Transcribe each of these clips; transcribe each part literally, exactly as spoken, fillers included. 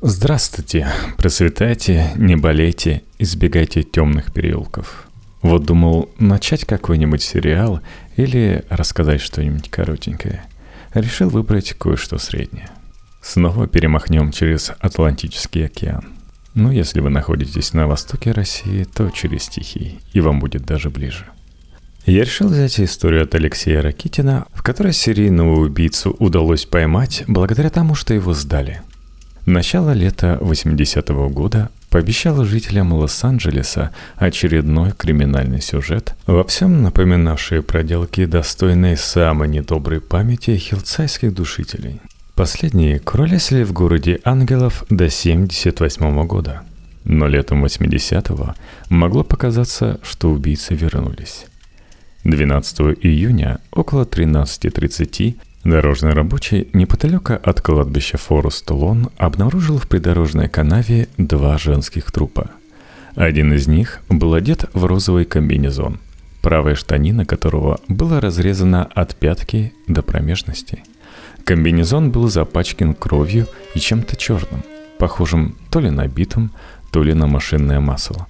Здравствуйте, процветайте, не болейте, избегайте темных переулков. Вот думал начать какой-нибудь сериал или рассказать что-нибудь коротенькое. Решил выбрать кое-что среднее. Снова перемахнем через Атлантический океан. Ну, если вы находитесь на востоке России, то через Тихий, и вам будет даже ближе. Я решил взять историю от Алексея Ракитина, в которой серийного убийцу удалось поймать благодаря тому, что его сдали. Начало лета восьмидесятого года пообещало жителям Лос-Анджелеса очередной криминальный сюжет, во всем напоминавший проделки, достойной самой недоброй памяти хиллсайдских душителей. Последние куролесили в городе ангелов до семьдесят восьмого года, но летом восьмидесятого могло показаться, что убийцы вернулись. двенадцатого июня около тринадцати тридцати дорожный рабочий неподалеку от кладбища Форест-Лон обнаружил в придорожной канаве два женских трупа. Один из них был одет в розовый комбинезон, правая штанина которого была разрезана от пятки до промежности. Комбинезон был запачкан кровью и чем-то черным, похожим то ли на битум, то ли на машинное масло.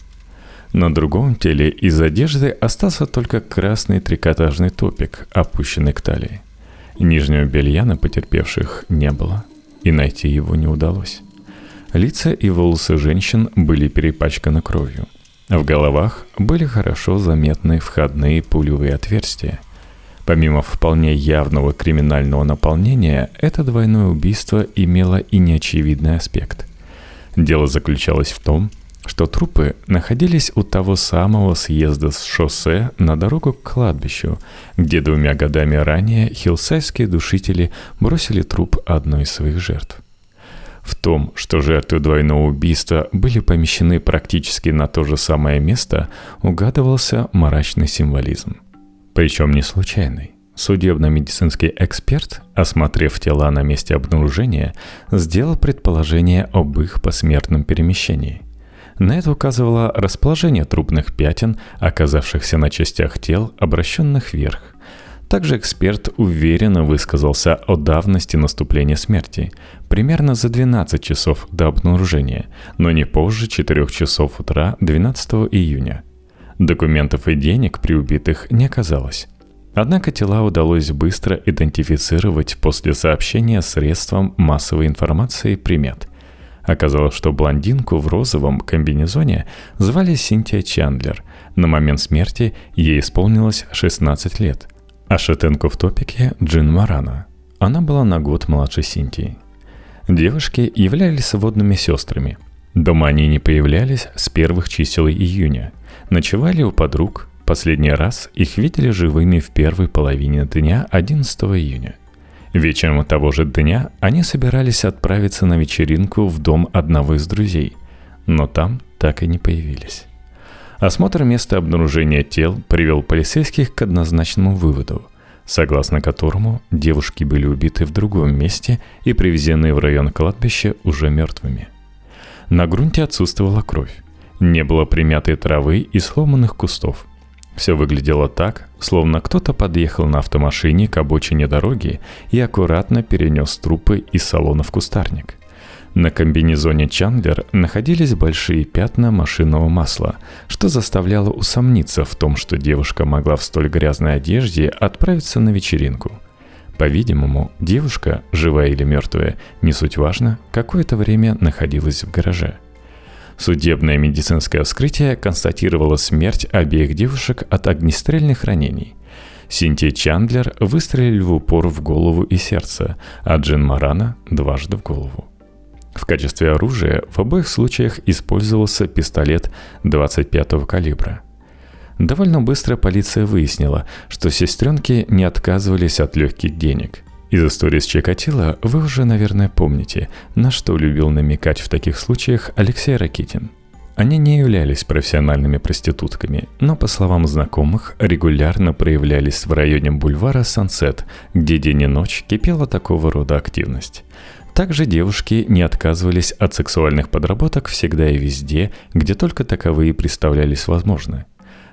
На другом теле из одежды остался только красный трикотажный топик, опущенный к талии. Нижнего белья на потерпевших не было, и найти его не удалось. Лица и волосы женщин были перепачканы кровью. В головах были хорошо заметны входные пулевые отверстия. Помимо вполне явного криминального наполнения, это двойное убийство имело и неочевидный аспект. Дело заключалось в том, что трупы находились у того самого съезда с шоссе на дорогу к кладбищу, где двумя годами ранее хиллсайдские душители бросили труп одной из своих жертв. В том, что жертвы двойного убийства были помещены практически на то же самое место, угадывался мрачный символизм. Причем не случайный. Судебно-медицинский эксперт, осмотрев тела на месте обнаружения, сделал предположение об их посмертном перемещении. На это указывало расположение трупных пятен, оказавшихся на частях тел, обращенных вверх. Также эксперт уверенно высказался о давности наступления смерти, примерно за двенадцать часов до обнаружения, но не позже четырёх часов утра двенадцатого июня. Документов и денег при убитых не оказалось. Однако тела удалось быстро идентифицировать после сообщения средствам массовой информации примет. Оказалось, что блондинку в розовом комбинезоне звали Синтия Чандлер. На момент смерти ей исполнилось шестнадцать лет. А шатенку в топике – Джин Морано. Она была на год младше Синтии. Девушки являлись сводными сестрами. Дома они не появлялись с первых чисел июня. Ночевали у подруг. Последний раз их видели живыми в первой половине дня одиннадцатого июня. Вечером того же дня они собирались отправиться на вечеринку в дом одного из друзей, но там так и не появились. Осмотр места обнаружения тел привел полицейских к однозначному выводу, согласно которому девушки были убиты в другом месте и привезены в район кладбища уже мертвыми. На грунте отсутствовала кровь, не было примятой травы и сломанных кустов. Все выглядело так, словно кто-то подъехал на автомашине к обочине дороги и аккуратно перенес трупы из салона в кустарник. На комбинезоне Чандлер находились большие пятна машинного масла, что заставляло усомниться в том, что девушка могла в столь грязной одежде отправиться на вечеринку. По-видимому, девушка, живая или мертвая, не суть важно, какое-то время находилась в гараже. Судебное медицинское вскрытие констатировало смерть обеих девушек от огнестрельных ранений. Синтия Чандлер выстрелили в упор в голову и сердце, а Джин Морано дважды в голову. В качестве оружия в обоих случаях использовался пистолет двадцать пятого калибра. Довольно быстро полиция выяснила, что сестренки не отказывались от легких денег. Из истории с Чикатило вы уже, наверное, помните, на что любил намекать в таких случаях Алексей Ракитин. Они не являлись профессиональными проститутками, но, по словам знакомых, регулярно проявлялись в районе бульвара Сансет, где день и ночь кипела такого рода активность. Также девушки не отказывались от сексуальных подработок всегда и везде, где только таковые представлялись возможны.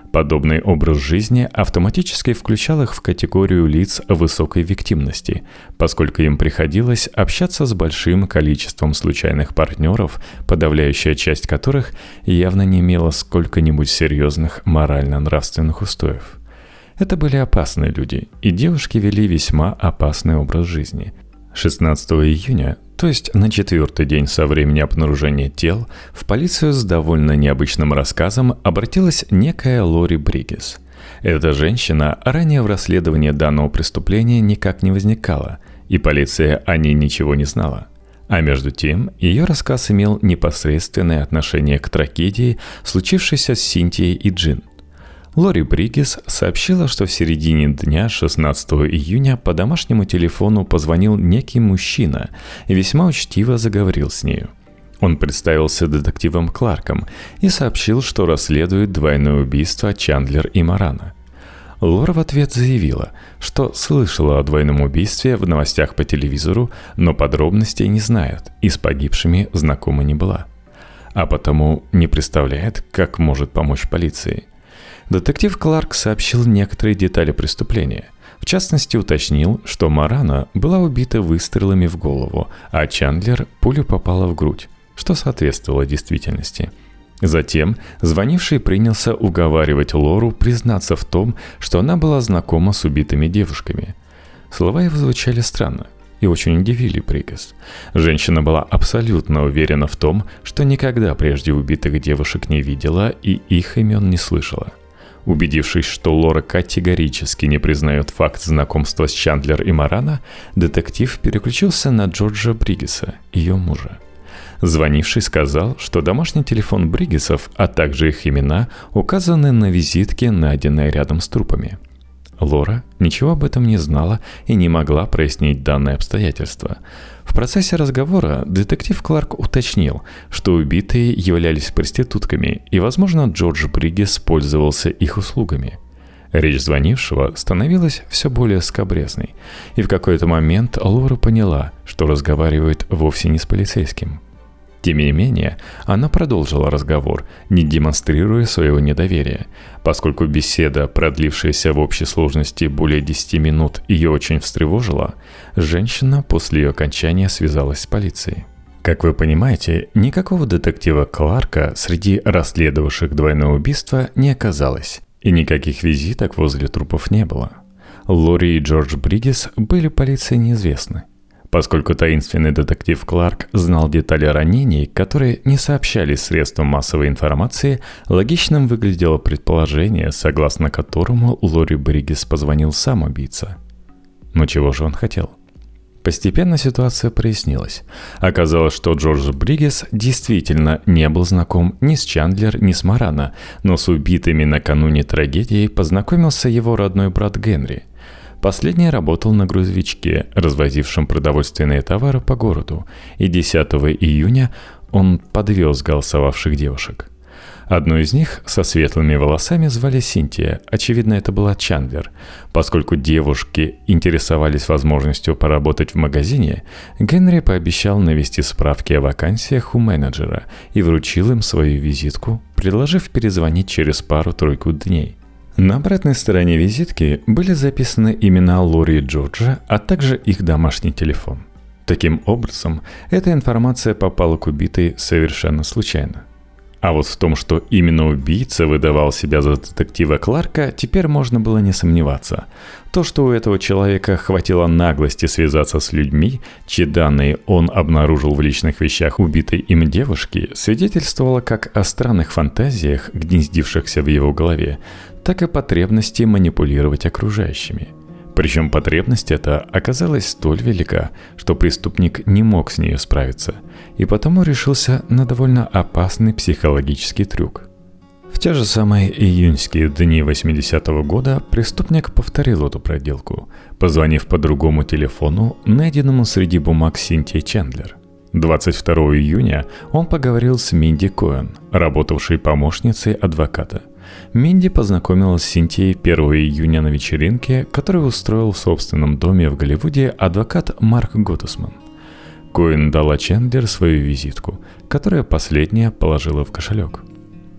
Подобный образ жизни автоматически включал их в категорию лиц высокой виктимности, поскольку им приходилось общаться с большим количеством случайных партнеров, подавляющая часть которых явно не имела сколько-нибудь серьезных морально-нравственных устоев. Это были опасные люди, и девушки вели весьма опасный образ жизни. шестнадцатого июня, то есть на четвертый день со времени обнаружения тел, в полицию с довольно необычным рассказом обратилась некая Лори Бриггис. Эта женщина ранее в расследовании данного преступления никак не возникала, и полиция о ней ничего не знала. А между тем, ее рассказ имел непосредственное отношение к трагедии, случившейся с Синтией и Джин. Лори Бриггис сообщила, что в середине дня шестнадцатого июня по домашнему телефону позвонил некий мужчина и весьма учтиво заговорил с нею. Он представился детективом Кларком и сообщил, что расследует двойное убийство Чандлер и Морана. Лора в ответ заявила, что слышала о двойном убийстве в новостях по телевизору, но подробностей не знает и с погибшими знакома не была. А потому не представляет, как может помочь полиции. Детектив Кларк сообщил некоторые детали преступления. В частности, уточнил, что Морана была убита выстрелами в голову, а Чандлер пулю попала в грудь, что соответствовало действительности. Затем звонивший принялся уговаривать Лору признаться в том, что она была знакома с убитыми девушками. Слова его звучали странно и очень удивили Бриггис. Женщина была абсолютно уверена в том, что никогда прежде убитых девушек не видела и их имен не слышала. Убедившись, что Лора категорически не признает факт знакомства с Чандлер и Морана, детектив переключился на Джорджа Бриггиса, ее мужа. Звонивший сказал, что домашний телефон Бриггисов, а также их имена, указаны на визитке, найденной рядом с трупами. Лора ничего об этом не знала и не могла прояснить данное обстоятельство. В процессе разговора детектив Кларк уточнил, что убитые являлись проститутками, и, возможно, Джордж Бриггис пользовался их услугами. Речь звонившего становилась все более скабрезной, и в какой-то момент Лора поняла, что разговаривает вовсе не с полицейским. Тем не менее, она продолжила разговор, не демонстрируя своего недоверия. Поскольку беседа, продлившаяся в общей сложности более десяти минут, ее очень встревожила, женщина после ее окончания связалась с полицией. Как вы понимаете, никакого детектива Кларка среди расследовавших двойное убийство не оказалось, и никаких визиток возле трупов не было. Лори и Джордж Бриггис были полиции неизвестны. Поскольку таинственный детектив Кларк знал детали ранений, которые не сообщались средствам массовой информации, логичным выглядело предположение, согласно которому Лори Бриггис позвонил сам убийца. Но чего же он хотел? Постепенно ситуация прояснилась. Оказалось, что Джордж Бриггис действительно не был знаком ни с Чандлер, ни с Морана, но с убитыми накануне трагедии познакомился его родной брат Генри. Последний работал на грузовичке, развозившем продовольственные товары по городу, и десятого июня он подвез голосовавших девушек. Одну из них со светлыми волосами звали Синтия, очевидно, это была Чандлер. Поскольку девушки интересовались возможностью поработать в магазине, Генри пообещал навести справки о вакансиях у менеджера и вручил им свою визитку, предложив перезвонить через пару-тройку дней. На обратной стороне визитки были записаны имена Лори и Джорджа, а также их домашний телефон. Таким образом, эта информация попала к убитой совершенно случайно. А вот в том, что именно убийца выдавал себя за детектива Кларка, теперь можно было не сомневаться. То, что у этого человека хватило наглости связаться с людьми, чьи данные он обнаружил в личных вещах убитой им девушки, свидетельствовало как о странных фантазиях, гнездившихся в его голове, так и потребности манипулировать окружающими. Причем потребность эта оказалась столь велика, что преступник не мог с нею справиться, и потому решился на довольно опасный психологический трюк. В те же самые июньские дни восьмидесятого года преступник повторил эту проделку, позвонив по другому телефону, найденному среди бумаг Синтии Чандлер. двадцать второго июня он поговорил с Минди Коэн, работавшей помощницей адвоката. Минди познакомилась с Синтией первого июня на вечеринке, которую устроил в собственном доме в Голливуде адвокат Марк Готтесман. Коэн дала Чандлер свою визитку, которую последняя положила в кошелек.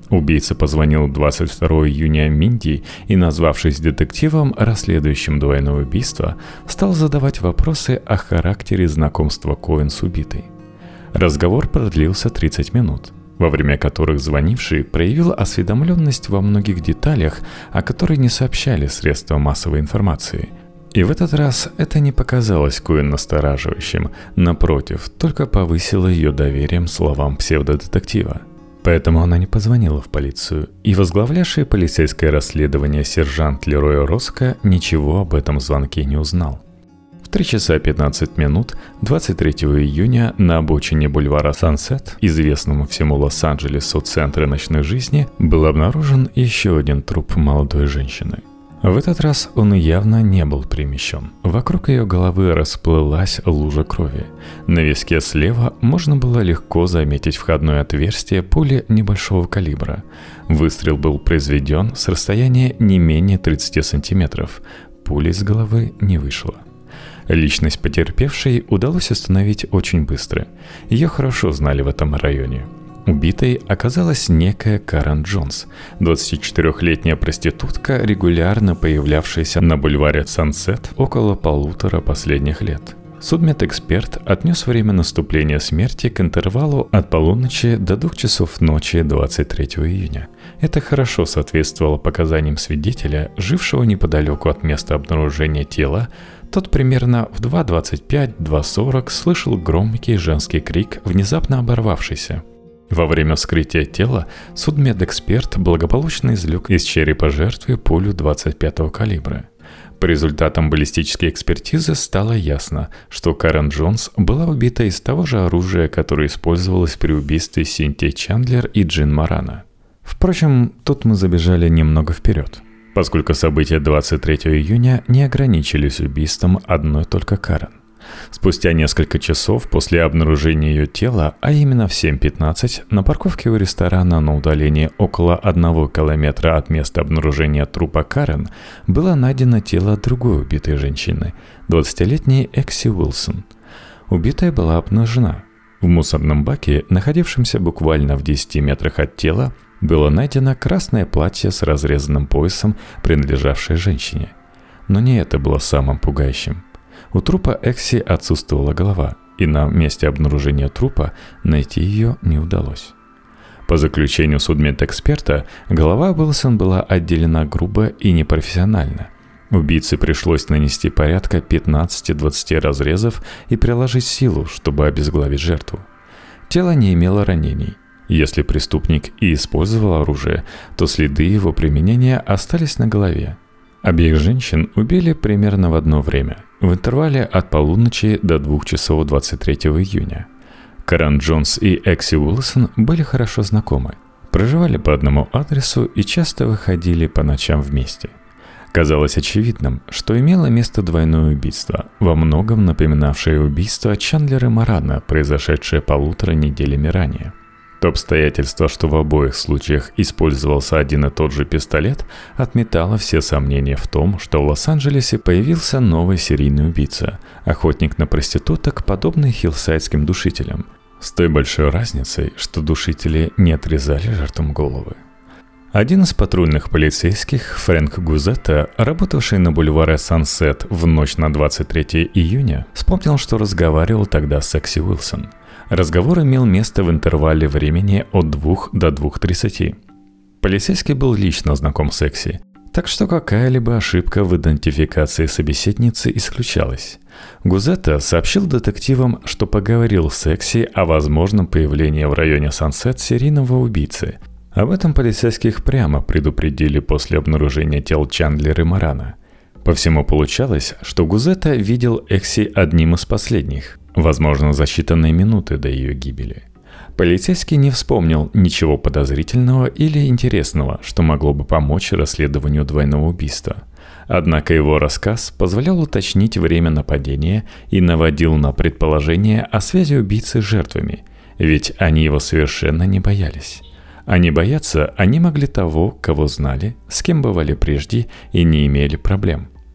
Убийца позвонил двадцать второго июня Минди и, назвавшись детективом, расследующим двойное убийство, стал задавать вопросы о характере знакомства Коэн с убитой. Разговор продлился тридцать минут, во время которых звонивший проявил осведомленность во многих деталях, о которых не сообщали средства массовой информации. И в этот раз это не показалось Коэн настораживающим, напротив, только повысило ее доверием словам псевдодетектива. Поэтому она не позвонила в полицию, и возглавлявший полицейское расследование сержант Лерой Роско ничего об этом звонке не узнал. В три часа пятнадцать минут двадцать третьего июня на обочине бульвара Сансет, известному всему Лос-Анджелесу центре ночной жизни, был обнаружен еще один труп молодой женщины. В этот раз он явно не был перемещен. Вокруг ее головы расплылась лужа крови. На виске слева можно было легко заметить входное отверстие пули небольшого калибра. Выстрел был произведен с расстояния не менее тридцати сантиметров. Пуля из головы не вышла. Личность потерпевшей удалось установить очень быстро. Ее хорошо знали в этом районе. Убитой оказалась некая Карен Джонс, двадцатичетырёхлетняя проститутка, регулярно появлявшаяся на бульваре Сансет около полутора последних лет. Судмедэксперт отнес время наступления смерти к интервалу от полуночи до двух часов ночи двадцать третьего июня. Это хорошо соответствовало показаниям свидетеля, жившего неподалеку от места обнаружения тела. Тот примерно в два двадцать пять - два сорок слышал громкий женский крик, внезапно оборвавшийся. Во время вскрытия тела судмедэксперт благополучно извлек из черепа жертвы пулю двадцать пятого калибра. По результатам баллистической экспертизы стало ясно, что Карен Джонс была убита из того же оружия, которое использовалось при убийстве Синтии Чандлер и Джин Морано. Впрочем, тут мы забежали немного вперед, поскольку события двадцать третьего июня не ограничились убийством одной только Карен. Спустя несколько часов после обнаружения ее тела, а именно в семь пятнадцать, на парковке у ресторана на удалении около одного километра от места обнаружения трупа Карен, было найдено тело другой убитой женщины, двадцатилетней Экси Уилсон. Убитая была обнажена. В мусорном баке, находившемся буквально в десяти метрах от тела, было найдено красное платье с разрезанным поясом, принадлежавшее женщине. Но не это было самым пугающим. У трупа Экси отсутствовала голова, и на месте обнаружения трупа найти ее не удалось. По заключению судмедэксперта, голова Уилсон была отделена грубо и непрофессионально. Убийце пришлось нанести порядка пятнадцати-двадцати разрезов и приложить силу, чтобы обезглавить жертву. Тело не имело ранений. Если преступник и использовал оружие, то следы его применения остались на голове. Обеих женщин убили примерно в одно время, в интервале от полуночи до двух часов двадцать третьего июня. Карен Джонс и Экси Уилсон были хорошо знакомы, проживали по одному адресу и часто выходили по ночам вместе. Казалось очевидным, что имело место двойное убийство, во многом напоминавшее убийство Чандлер и Морано, произошедшее полутора неделями ранее. То обстоятельство, что в обоих случаях использовался один и тот же пистолет, отметало все сомнения в том, что в Лос-Анджелесе появился новый серийный убийца, охотник на проституток, подобный хиллсайдским душителям, с той большой разницей, что душители не отрезали жертвам головы. Один из патрульных полицейских, Фрэнк Гузетта, работавший на бульваре Сансет в ночь на двадцать третьего июня, вспомнил, что разговаривал тогда с Экси Уилсон. Разговор имел место в интервале времени от двух до двух тридцати. Полицейский был лично знаком с Экси, так что какая-либо ошибка в идентификации собеседницы исключалась. Гузетта сообщил детективам, что поговорил с Экси о возможном появлении в районе Сансет серийного убийцы. Об этом полицейских прямо предупредили после обнаружения тел Чандлер и Морано. По всему получалось, что Гузетта видел Экси одним из последних, возможно, за считанные минуты до ее гибели. Полицейский не вспомнил ничего подозрительного или интересного, что могло бы помочь расследованию двойного убийства. Однако его рассказ позволял уточнить время нападения и наводил на предположение о связи убийцы с жертвами, ведь они его совершенно не боялись. А не бояться они могли того, кого знали, с кем бывали прежде и не имели проблем.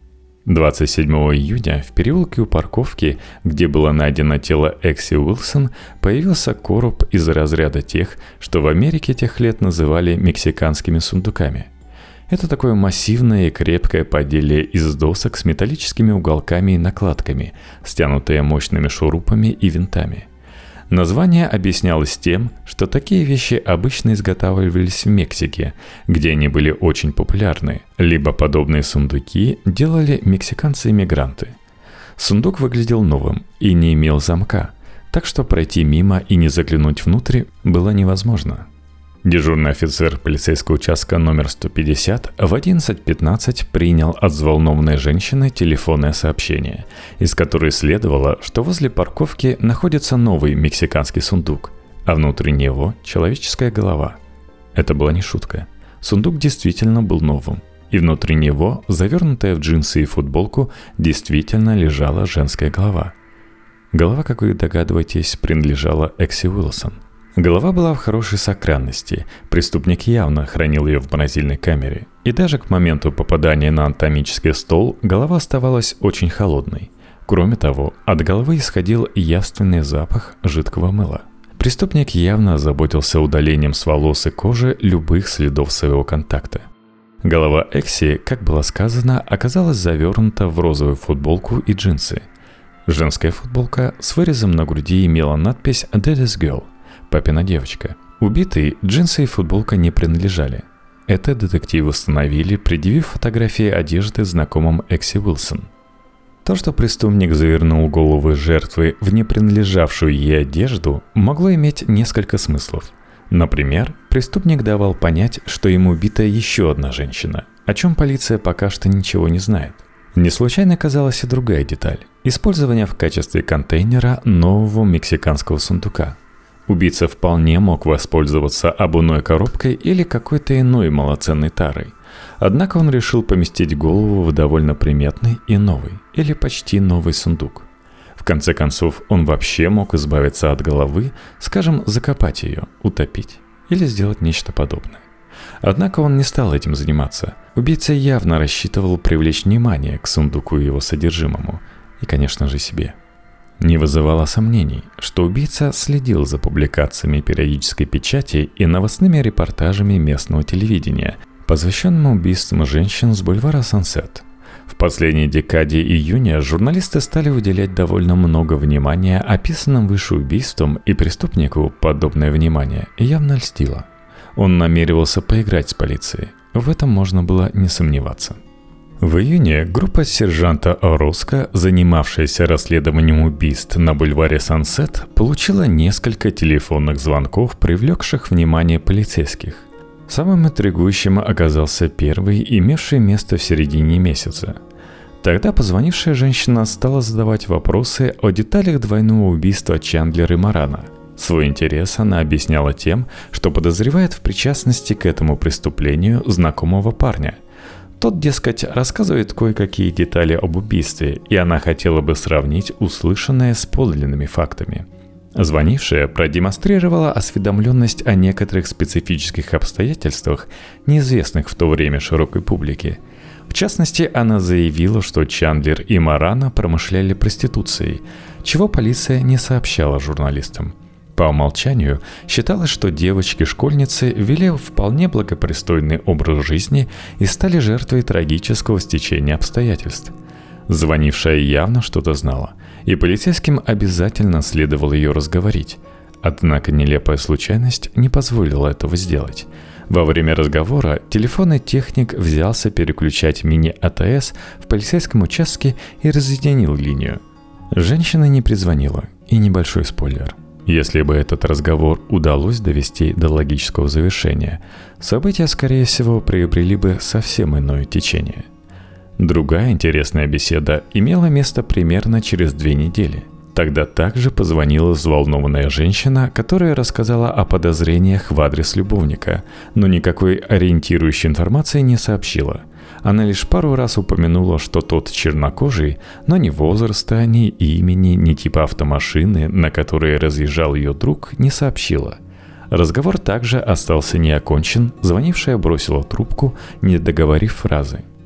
двадцать седьмого июня в переулке у парковки, где было найдено тело Экси Уилсон, появился короб из разряда тех, что в Америке тех лет называли мексиканскими сундуками. Это такое массивное и крепкое поделие из досок с металлическими уголками и накладками, стянутые мощными шурупами и винтами. Название объяснялось тем, что такие вещи обычно изготавливались в Мексике, где они были очень популярны, либо подобные сундуки делали мексиканцы-иммигранты. Сундук выглядел новым и не имел замка, так что пройти мимо и не заглянуть внутрь было невозможно. Дежурный офицер полицейского участка номер сто пятьдесят в одиннадцать пятнадцать принял от взволнованной женщины телефонное сообщение, из которой следовало, что возле парковки находится новый мексиканский сундук, а внутри него человеческая голова. Это была не шутка. Сундук действительно был новым, и внутри него, завернутая в джинсы и футболку, действительно лежала женская голова. Голова, как вы догадываетесь, принадлежала Экси Уилсон. Голова была в хорошей сохранности, преступник явно хранил ее в морозильной камере, и даже к моменту попадания на анатомический стол голова оставалась очень холодной. Кроме того, от головы исходил явственный запах жидкого мыла. Преступник явно озаботился удалением с волос и кожи любых следов своего контакта. Голова Экси, как было сказано, оказалась завернута в розовую футболку и джинсы. Женская футболка с вырезом на груди имела надпись «Daddy's Girl» – «Папина девочка». Убитой джинсы и футболка не принадлежали. Это детективы установили, предъявив фотографии одежды знакомым Экси Уилсон. То, что преступник завернул голову жертвы в не принадлежавшую ей одежду, могло иметь несколько смыслов. Например, преступник давал понять, что ему убита еще одна женщина, о чем полиция пока что ничего не знает. Не случайно оказалась и другая деталь – использование в качестве контейнера нового мексиканского сундука. Убийца вполне мог воспользоваться обувной коробкой или какой-то иной малоценной тарой. Однако он решил поместить голову в довольно приметный и новый, или почти новый сундук. В конце концов, он вообще мог избавиться от головы, скажем, закопать ее, утопить или сделать нечто подобное. Однако он не стал этим заниматься. Убийца явно рассчитывал привлечь внимание к сундуку и его содержимому, и, конечно же, себе. Не вызывало сомнений, что убийца следил за публикациями периодической печати и новостными репортажами местного телевидения, посвященным убийствам женщин с бульвара Сансет. В последней декаде июня журналисты стали уделять довольно много внимания описанным выше убийствам, и преступнику подобное внимание явно льстило. Он намеревался поиграть с полицией, в этом можно было не сомневаться. В июне группа сержанта Ороско, занимавшаяся расследованием убийств на бульваре Сансет, получила несколько телефонных звонков, привлекших внимание полицейских. Самым интригующим оказался первый, имевший место в середине месяца. Тогда позвонившая женщина стала задавать вопросы о деталях двойного убийства Чандлер и Морано. Свой интерес она объясняла тем, что подозревает в причастности к этому преступлению знакомого парня. Тот, дескать, рассказывает кое-какие детали об убийстве, и она хотела бы сравнить услышанное с подлинными фактами. Звонившая продемонстрировала осведомленность о некоторых специфических обстоятельствах, неизвестных в то время широкой публике. В частности, она заявила, что Чандлер и Морано промышляли проституцией, чего полиция не сообщала журналистам. По умолчанию считалось, что девочки-школьницы вели вполне благопристойный образ жизни и стали жертвой трагического стечения обстоятельств. Звонившая явно что-то знала, и полицейским обязательно следовало ее разговорить. Однако нелепая случайность не позволила этого сделать. Во время разговора телефонный техник взялся переключать мини-АТС в полицейском участке и разъединил линию. Женщина не призвонила, и небольшой спойлер. Если бы этот разговор удалось довести до логического завершения, события, скорее всего, приобрели бы совсем иное течение. Другая интересная беседа имела место примерно через две недели. Тогда также позвонила взволнованная женщина, которая рассказала о подозрениях в адрес любовника, но никакой ориентирующей информации не сообщила. Она лишь пару раз упомянула, что тот чернокожий, но ни возраста, ни имени, ни типа автомашины, на которой разъезжал ее друг, не сообщила. Разговор также остался неокончен, звонившая бросила трубку, не договорив фразы.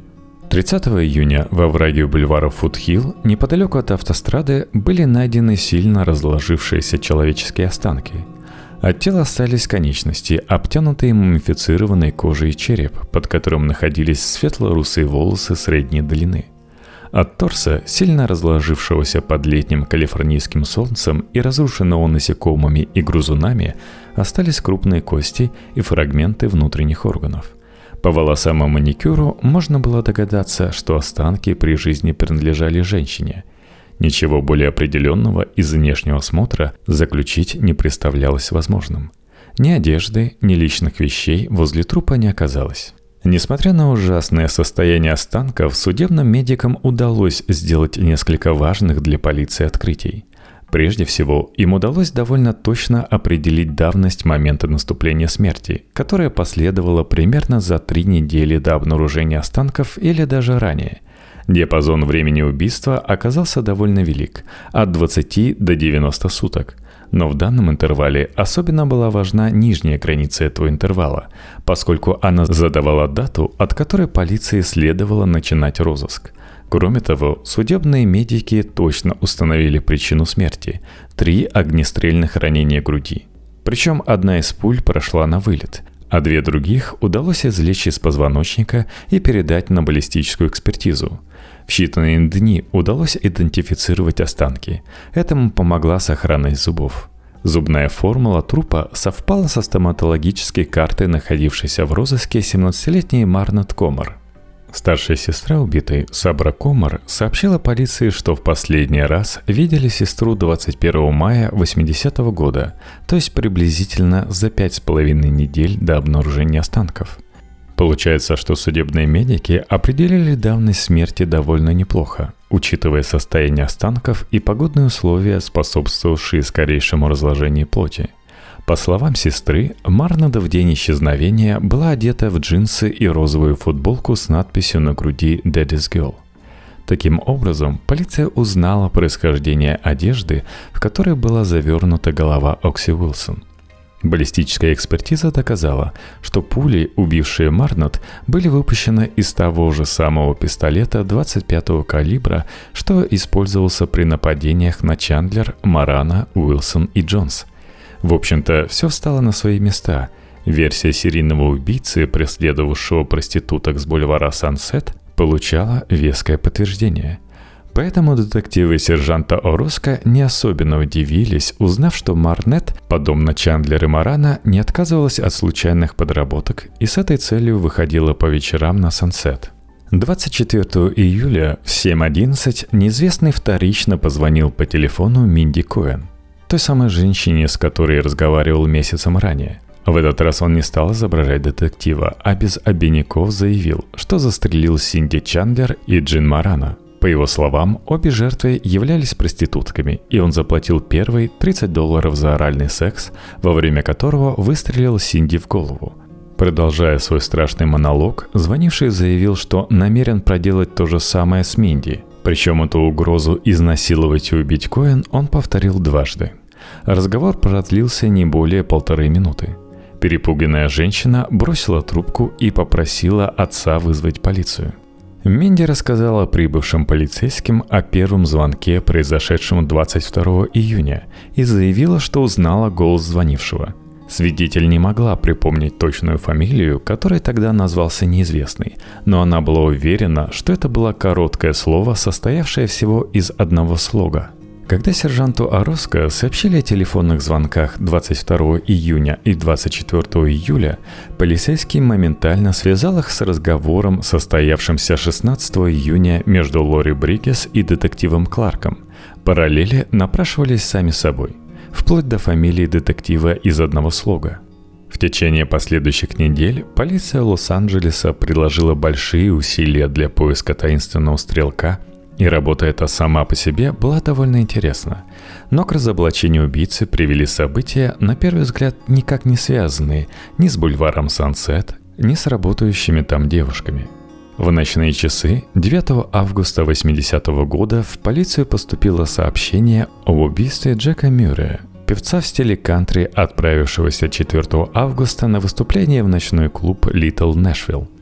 тридцатого июня во овраге бульвара Фудхилл, неподалеку от автострады, были найдены сильно разложившиеся человеческие останки. От тела остались конечности, обтянутые мумифицированной кожей череп, под которым находились светло-русые волосы средней длины. От торса, сильно разложившегося под летним калифорнийским солнцем и разрушенного насекомыми и грызунами, остались крупные кости и фрагменты внутренних органов. По волосам и маникюру можно было догадаться, что останки при жизни принадлежали женщине. Ничего более определенного из внешнего осмотра заключить не представлялось возможным. Ни одежды, ни личных вещей возле трупа не оказалось. Несмотря на ужасное состояние останков, судебным медикам удалось сделать несколько важных для полиции открытий. Прежде всего, им удалось довольно точно определить давность момента наступления смерти, которая последовала примерно за три недели до обнаружения останков или даже ранее. Диапазон времени убийства оказался довольно велик – от двадцати до девяноста суток. Но в данном интервале особенно была важна нижняя граница этого интервала, поскольку она задавала дату, от которой полиции следовало начинать розыск. Кроме того, судебные медики точно установили причину смерти – три огнестрельных ранения груди. Причем одна из пуль прошла на вылет, а две других удалось извлечь из позвоночника и передать на баллистическую экспертизу. В считанные дни удалось идентифицировать останки. Этому помогла сохранность зубов. Зубная формула трупа совпала со стоматологической картой, находившейся в розыске семнадцатилетней Марнет Комар. Старшая сестра убитой, Сабра Комар, сообщила полиции, что в последний раз видели сестру двадцать первого мая восьмидесятого года, то есть приблизительно за пять с половиной недель до обнаружения останков. Получается, что судебные медики определили давность смерти довольно неплохо, учитывая состояние останков и погодные условия, способствовавшие скорейшему разложению плоти. По словам сестры, Марнет в день исчезновения была одета в джинсы и розовую футболку с надписью на груди «Daddy's Girl». Таким образом, полиция узнала происхождение одежды, в которой была завернута голова Окси Уилсон. Баллистическая экспертиза доказала, что пули, убившие Марнет, были выпущены из того же самого пистолета двадцать пятого калибра, что использовался при нападениях на Чандлер, Морано, Уилсон и Джонс. В общем-то, все встало на свои места. Версия серийного убийцы, преследовавшего проституток с бульвара Сансет, получала веское подтверждение. Поэтому детективы сержанта Ороска не особенно удивились, узнав, что Марнет, подобно Чандлер и Морано, не отказывалась от случайных подработок и с этой целью выходила по вечерам на Сансет. двадцать четвёртого июля в семь одиннадцать неизвестный вторично позвонил по телефону Минди Коэн, той самой женщине, с которой разговаривал месяцем ранее. В этот раз он не стал изображать детектива, а без обиняков заявил, что застрелил Синди Чандлер и Джин Морано. По его словам, обе жертвы являлись проститутками, и он заплатил первой тридцать долларов за оральный секс, во время которого выстрелил Синди в голову. Продолжая свой страшный монолог, звонивший заявил, что намерен проделать то же самое с Минди. Причем эту угрозу изнасиловать и убить Коэн он повторил дважды. Разговор продлился не более полторы минуты. Перепуганная женщина бросила трубку и попросила отца вызвать полицию. Минди рассказала прибывшим полицейским о первом звонке, произошедшем двадцать второго июня, и заявила, что узнала голос звонившего. Свидетель не могла припомнить точную фамилию, которой тогда назвался неизвестный, но она была уверена, что это было короткое слово, состоявшее всего из одного слога. Когда сержанту Ороско сообщили о телефонных звонках двадцать второго июня и двадцать четвёртого июля, полицейский моментально связал их с разговором, состоявшимся шестнадцатого июня между Лори Бригес и детективом Кларком. Параллели напрашивались сами собой, вплоть до фамилии детектива из одного слога. В течение последующих недель полиция Лос-Анджелеса приложила большие усилия для поиска таинственного стрелка, и работа эта сама по себе была довольно интересна. Но к разоблачению убийцы привели события, на первый взгляд, никак не связанные ни с бульваром Сансет, ни с работающими там девушками. В ночные часы девятого августа восьмидесятого года в полицию поступило сообщение об убийстве Джека Мюррея, певца в стиле кантри, отправившегося четвёртого августа на выступление в ночной клуб Little Nashville.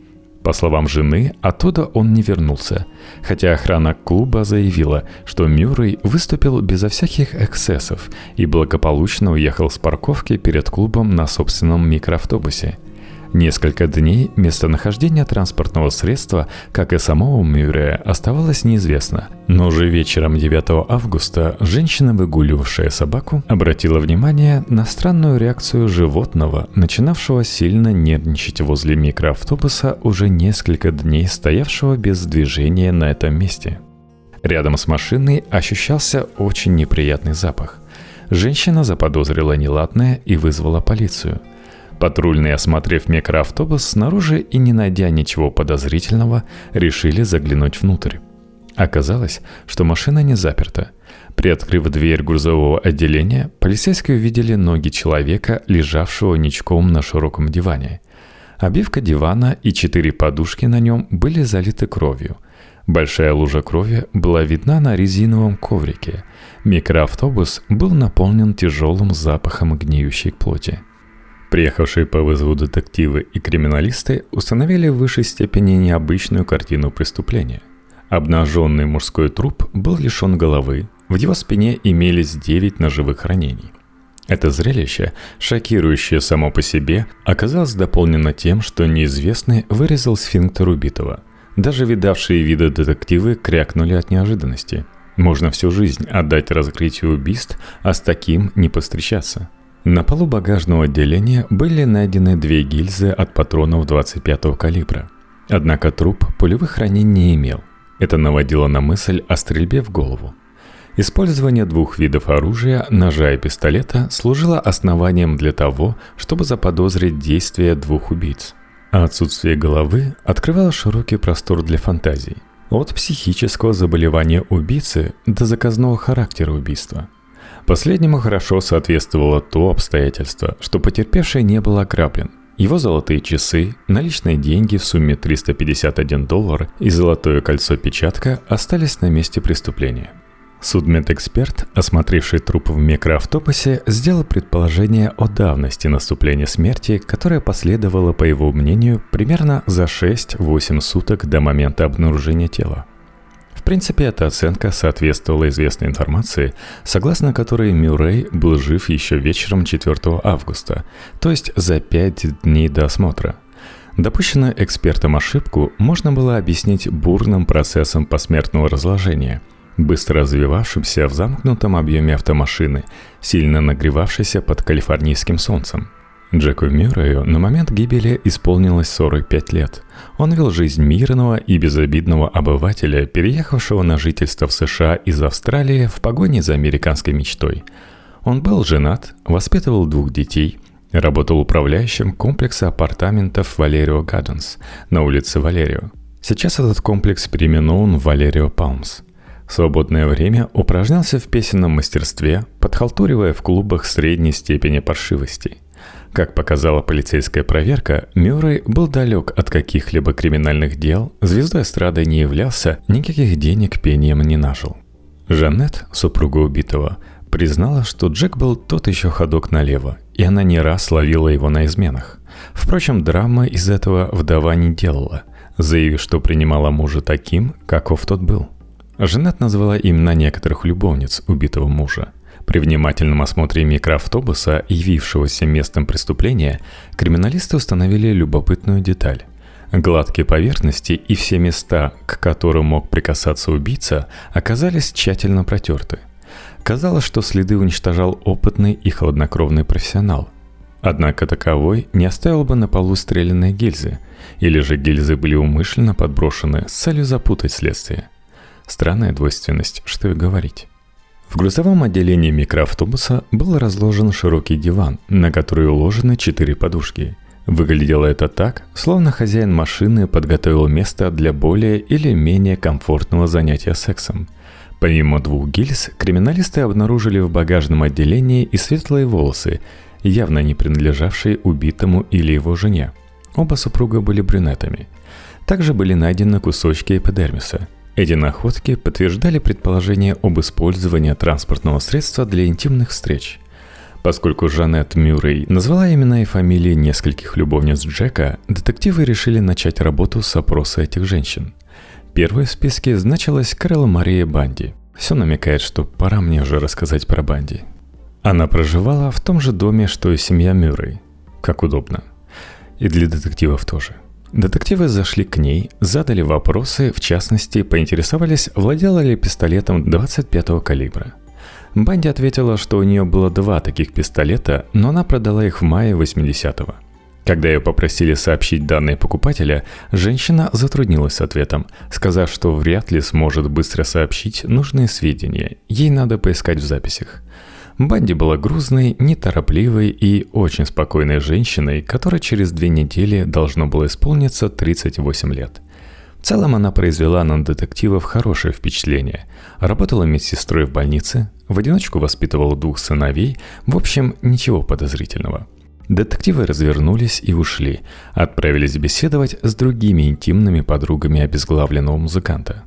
По словам жены, оттуда он не вернулся, хотя охрана клуба заявила, что Мюррей выступил безо всяких эксцессов и благополучно уехал с парковки перед клубом на собственном микроавтобусе. Несколько дней местонахождение транспортного средства, как и самого Мюррея, оставалось неизвестно. Но уже вечером девятого августа женщина, выгуливавшая собаку, обратила внимание на странную реакцию животного, начинавшего сильно нервничать возле микроавтобуса, уже несколько дней стоявшего без движения на этом месте. Рядом с машиной ощущался очень неприятный запах. Женщина заподозрила неладное и вызвала полицию. Патрульные, осмотрев микроавтобус снаружи и не найдя ничего подозрительного, решили заглянуть внутрь. Оказалось, что машина не заперта. Приоткрыв дверь грузового отделения, полицейские увидели ноги человека, лежавшего ничком на широком диване. Обивка дивана и четыре подушки на нем были залиты кровью. Большая лужа крови была видна на резиновом коврике. Микроавтобус был наполнен тяжелым запахом гниющей плоти. Приехавшие по вызову детективы и криминалисты установили в высшей степени необычную картину преступления. Обнаженный мужской труп был лишен головы, в его спине имелись девять ножевых ранений. Это зрелище, шокирующее само по себе, оказалось дополнено тем, что неизвестный вырезал сфинктер убитого. Даже видавшие виды детективы крякнули от неожиданности. Можно всю жизнь отдать раскрытию убийств, а с таким не повстречаться. На полу багажного отделения были найдены две гильзы от патронов двадцать пятого калибра. Однако труп пулевых ранений не имел. Это наводило на мысль о стрельбе в голову. Использование двух видов оружия, ножа и пистолета, служило основанием для того, чтобы заподозрить действия двух убийц. А отсутствие головы открывало широкий простор для фантазий. От психического заболевания убийцы до заказного характера убийства. Последнему хорошо соответствовало то обстоятельство, что потерпевший не был ограблен. Его золотые часы, наличные деньги в сумме триста пятьдесят один доллар и золотое кольцо-печатка остались на месте преступления. Судмедэксперт, осмотревший труп в микроавтобусе, сделал предположение о давности наступления смерти, которая последовала, по его мнению, примерно за шесть-восемь суток до момента обнаружения тела. В принципе, эта оценка соответствовала известной информации, согласно которой Мюррей был жив еще вечером четвертого августа, то есть за пять дней до осмотра. Допущенную экспертом ошибку можно было объяснить бурным процессом посмертного разложения, быстро развивавшимся в замкнутом объеме автомашины, сильно нагревавшейся под калифорнийским солнцем. Джеку Мюррею на момент гибели исполнилось сорок пять лет. Он вел жизнь мирного и безобидного обывателя, переехавшего на жительство в США из Австралии в погоне за американской мечтой. Он был женат, воспитывал двух детей, работал управляющим комплекса апартаментов Валерио Гарденс на улице Валерио. Сейчас этот комплекс переименован в Валерио Палмс. В свободное время упражнялся в песенном мастерстве, подхалтуривая в клубах средней степени паршивости. Как показала полицейская проверка, Мюррей был далек от каких-либо криминальных дел, звездой эстрады не являлся, никаких денег пением не нажил. Жанет, супруга убитого, признала, что Джек был тот еще ходок налево, и она не раз ловила его на изменах. Впрочем, драмы из этого вдова не делала, заявив, что принимала мужа таким, каков тот был. Жанет назвала имена некоторых любовниц убитого мужа. При внимательном осмотре микроавтобуса, явившегося местом преступления, криминалисты установили любопытную деталь. Гладкие поверхности и все места, к которым мог прикасаться убийца, оказались тщательно протерты. Казалось, что следы уничтожал опытный и хладнокровный профессионал. Однако таковой не оставил бы на полу стрелянные гильзы, или же гильзы были умышленно подброшены с целью запутать следствие. Странная двойственность, что и говорить. В грузовом отделении микроавтобуса был разложен широкий диван, на который уложены четыре подушки. Выглядело это так, словно хозяин машины подготовил место для более или менее комфортного занятия сексом. Помимо двух гильз, криминалисты обнаружили в багажном отделении и светлые волосы, явно не принадлежавшие убитому или его жене. Оба супруга были брюнетами. Также были найдены кусочки эпидермиса. Эти находки подтверждали предположение об использовании транспортного средства для интимных встреч. Поскольку Жанет Мюррей назвала имена и фамилии нескольких любовниц Джека, детективы решили начать работу с опроса этих женщин. Первой в списке значилась Кэрол Мария Банди. Все намекает, что пора мне уже рассказать про Банди. Она проживала в том же доме, что и семья Мюррей. Как удобно. И для детективов тоже. Детективы зашли к ней, задали вопросы, в частности, поинтересовались, владела ли пистолетом двадцать пятого калибра. Банди ответила, что у нее было два таких пистолета, но она продала их в мае восьмидесятого. Когда ее попросили сообщить данные покупателя, женщина затруднилась с ответом, сказав, что вряд ли сможет быстро сообщить нужные сведения, ей надо поискать в записях. Банди была грузной, неторопливой и очень спокойной женщиной, которой через две недели должно было исполниться тридцать восемь лет. В целом она произвела на детективов хорошее впечатление. Работала медсестрой в больнице, в одиночку воспитывала двух сыновей, в общем, ничего подозрительного. Детективы развернулись и ушли, отправились беседовать с другими интимными подругами обезглавленного музыканта.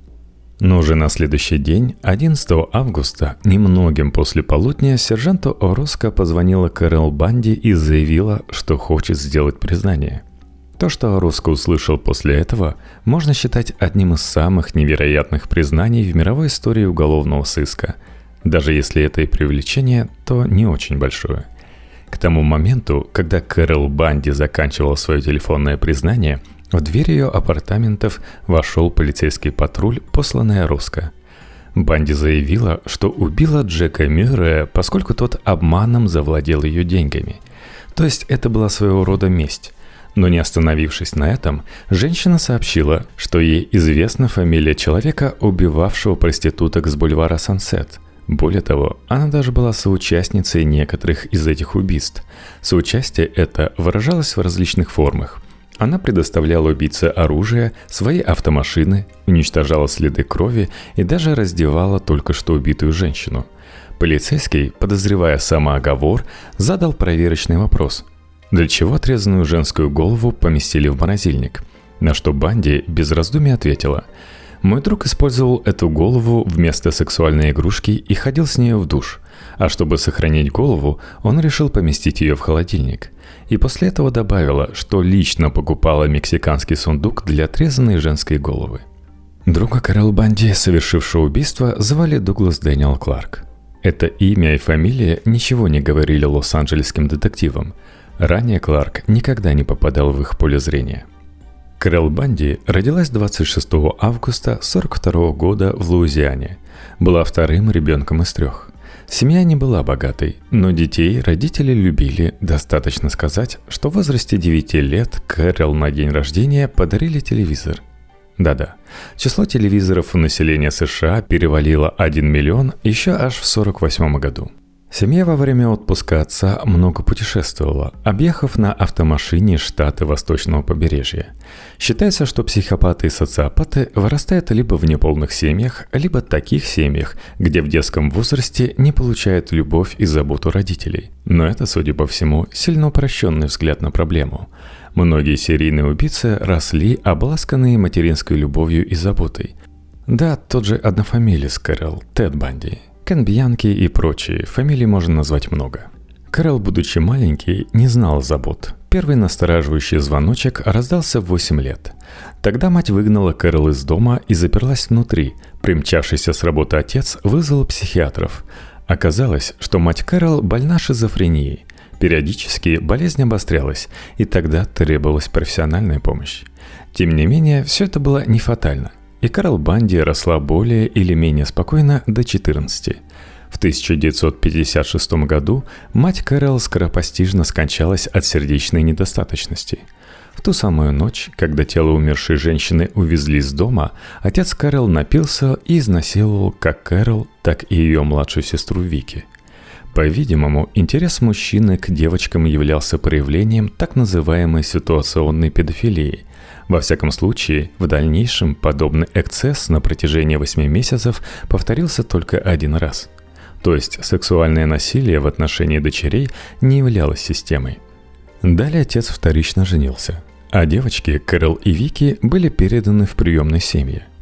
Но уже на следующий день, одиннадцатого августа, немногим после полудня, сержанту Ороско позвонила Кэрол Банди и заявила, что хочет сделать признание. То, что Ороско услышал после этого, можно считать одним из самых невероятных признаний в мировой истории уголовного сыска. Даже если это и привлечение, то не очень большое. К тому моменту, когда Кэрол Банди заканчивала свое телефонное признание, в дверь ее апартаментов вошел полицейский патруль, посланный Ороско. Банди заявила, что убила Джека Мюррея, поскольку тот обманом завладел ее деньгами. То есть это была своего рода месть. Но не остановившись на этом, женщина сообщила, что ей известна фамилия человека, убивавшего проституток с бульвара Сансет. Более того, она даже была соучастницей некоторых из этих убийств. Соучастие это выражалось в различных формах. Она предоставляла убийце оружие, свои автомашины, уничтожала следы крови и даже раздевала только что убитую женщину. Полицейский, подозревая самооговор, задал проверочный вопрос: для чего отрезанную женскую голову поместили в морозильник? На что Банди без раздумий ответила: «Мой друг использовал эту голову вместо сексуальной игрушки и ходил с нею в душ. А чтобы сохранить голову, он решил поместить ее в холодильник». И после этого добавила, что лично покупала мексиканский сундук для отрезанной женской головы. Друга Кэрол Банди, совершившего убийство, звали Дуглас Дэниел Кларк. Это имя и фамилия ничего не говорили лос-анджелесским детективам. Ранее Кларк никогда не попадал в их поле зрения. Кэрол Банди родилась двадцать шестого августа сорок второго года в Луизиане. Была вторым ребенком из трех. Семья не была богатой, но детей родители любили, достаточно сказать, что в возрасте девяти лет Кэрол на день рождения подарили телевизор. Да-да, число телевизоров у населения США перевалило один миллион еще аж в сорок восьмом году. Семья во время отпуска отца много путешествовала, объехав на автомашине штаты восточного побережья. Считается, что психопаты и социопаты вырастают либо в неполных семьях, либо в таких семьях, где в детском возрасте не получают любовь и заботу родителей. Но это, судя по всему, сильно упрощенный взгляд на проблему. Многие серийные убийцы росли, обласканные материнской любовью и заботой. Да, тот же однофамилец Кэрол, Тед Банди. Кен Бьянки и прочие, фамилий можно назвать много. Кэрол, будучи маленький, не знал забот. Первый настораживающий звоночек раздался в восемь лет. Тогда мать выгнала Кэрол из дома и заперлась внутри. Примчавшийся с работы отец вызвал психиатров. Оказалось, что мать Кэрол больна шизофренией. Периодически болезнь обострялась, и тогда требовалась профессиональная помощь. Тем не менее, все это было не фатально. И Кэрол Банди росла более или менее спокойно до четырнадцати. В тысяча девятьсот пятьдесят шестом году мать Кэрол скоропостижно скончалась от сердечной недостаточности. В ту самую ночь, когда тело умершей женщины увезли из дома, отец Кэрол напился и изнасиловал как Кэрол, так и ее младшую сестру Вики. По-видимому, интерес мужчины к девочкам являлся проявлением так называемой ситуационной педофилии. Во всяком случае, в дальнейшем подобный эксцесс на протяжении восьми месяцев повторился только один раз. То есть сексуальное насилие в отношении дочерей не являлось системой. Далее отец вторично женился, а девочки Кэрол и Вики были переданы в приемные семьи.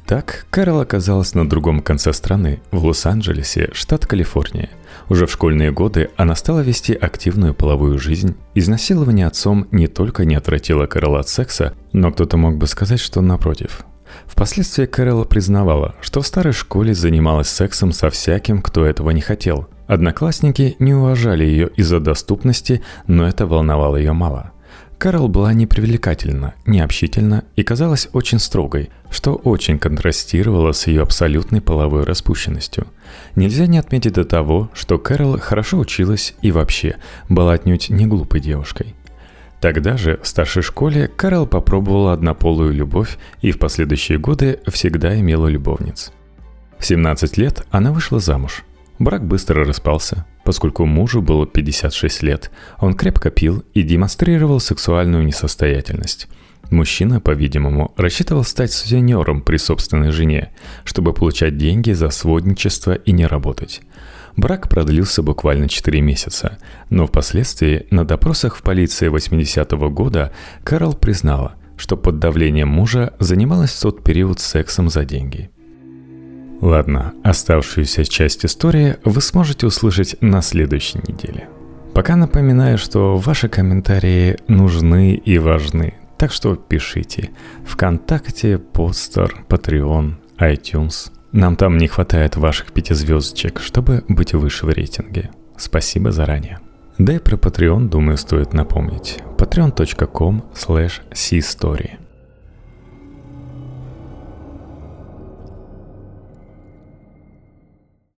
Так, Кэрол оказалась на другом конце страны, в Лос-Анджелесе, штат Калифорния. Уже в школьные годы она стала вести активную половую жизнь. Изнасилование отцом не только не отвратило Кэрол от секса, но кто-то мог бы сказать, что напротив. Впоследствии Кэрол признавала, что в старой школе занималась сексом со всяким, кто этого не хотел. Одноклассники не уважали ее из-за доступности, но это волновало ее мало. Кэрол была непривлекательна, необщительна и казалась очень строгой, что очень контрастировало с ее абсолютной половой распущенностью. Нельзя не отметить до того, что Кэрол хорошо училась и вообще была отнюдь не глупой девушкой. Тогда же, в старшей школе, Кэрол попробовала однополую любовь и в последующие годы всегда имела любовниц. В семнадцать лет она вышла замуж. Брак быстро распался, поскольку мужу было пятьдесят шесть лет, он крепко пил и демонстрировал сексуальную несостоятельность. Мужчина, по-видимому, рассчитывал стать сутенером при собственной жене, чтобы получать деньги за сводничество и не работать. Брак продлился буквально четыре месяца, но впоследствии на допросах в полиции восьмидесятого года Кэрол признала, что под давлением мужа занималась в тот период сексом за деньги. Ладно, оставшуюся часть истории вы сможете услышать на следующей неделе. Пока напоминаю, что ваши комментарии нужны и важны, так что пишите. ВКонтакте, Podster, Patreon, iTunes. Нам там не хватает ваших пяти звездочек, чтобы быть выше в рейтинге. Спасибо заранее. Да и про Patreon, думаю, стоит напомнить. patreon точка ком слэш си стори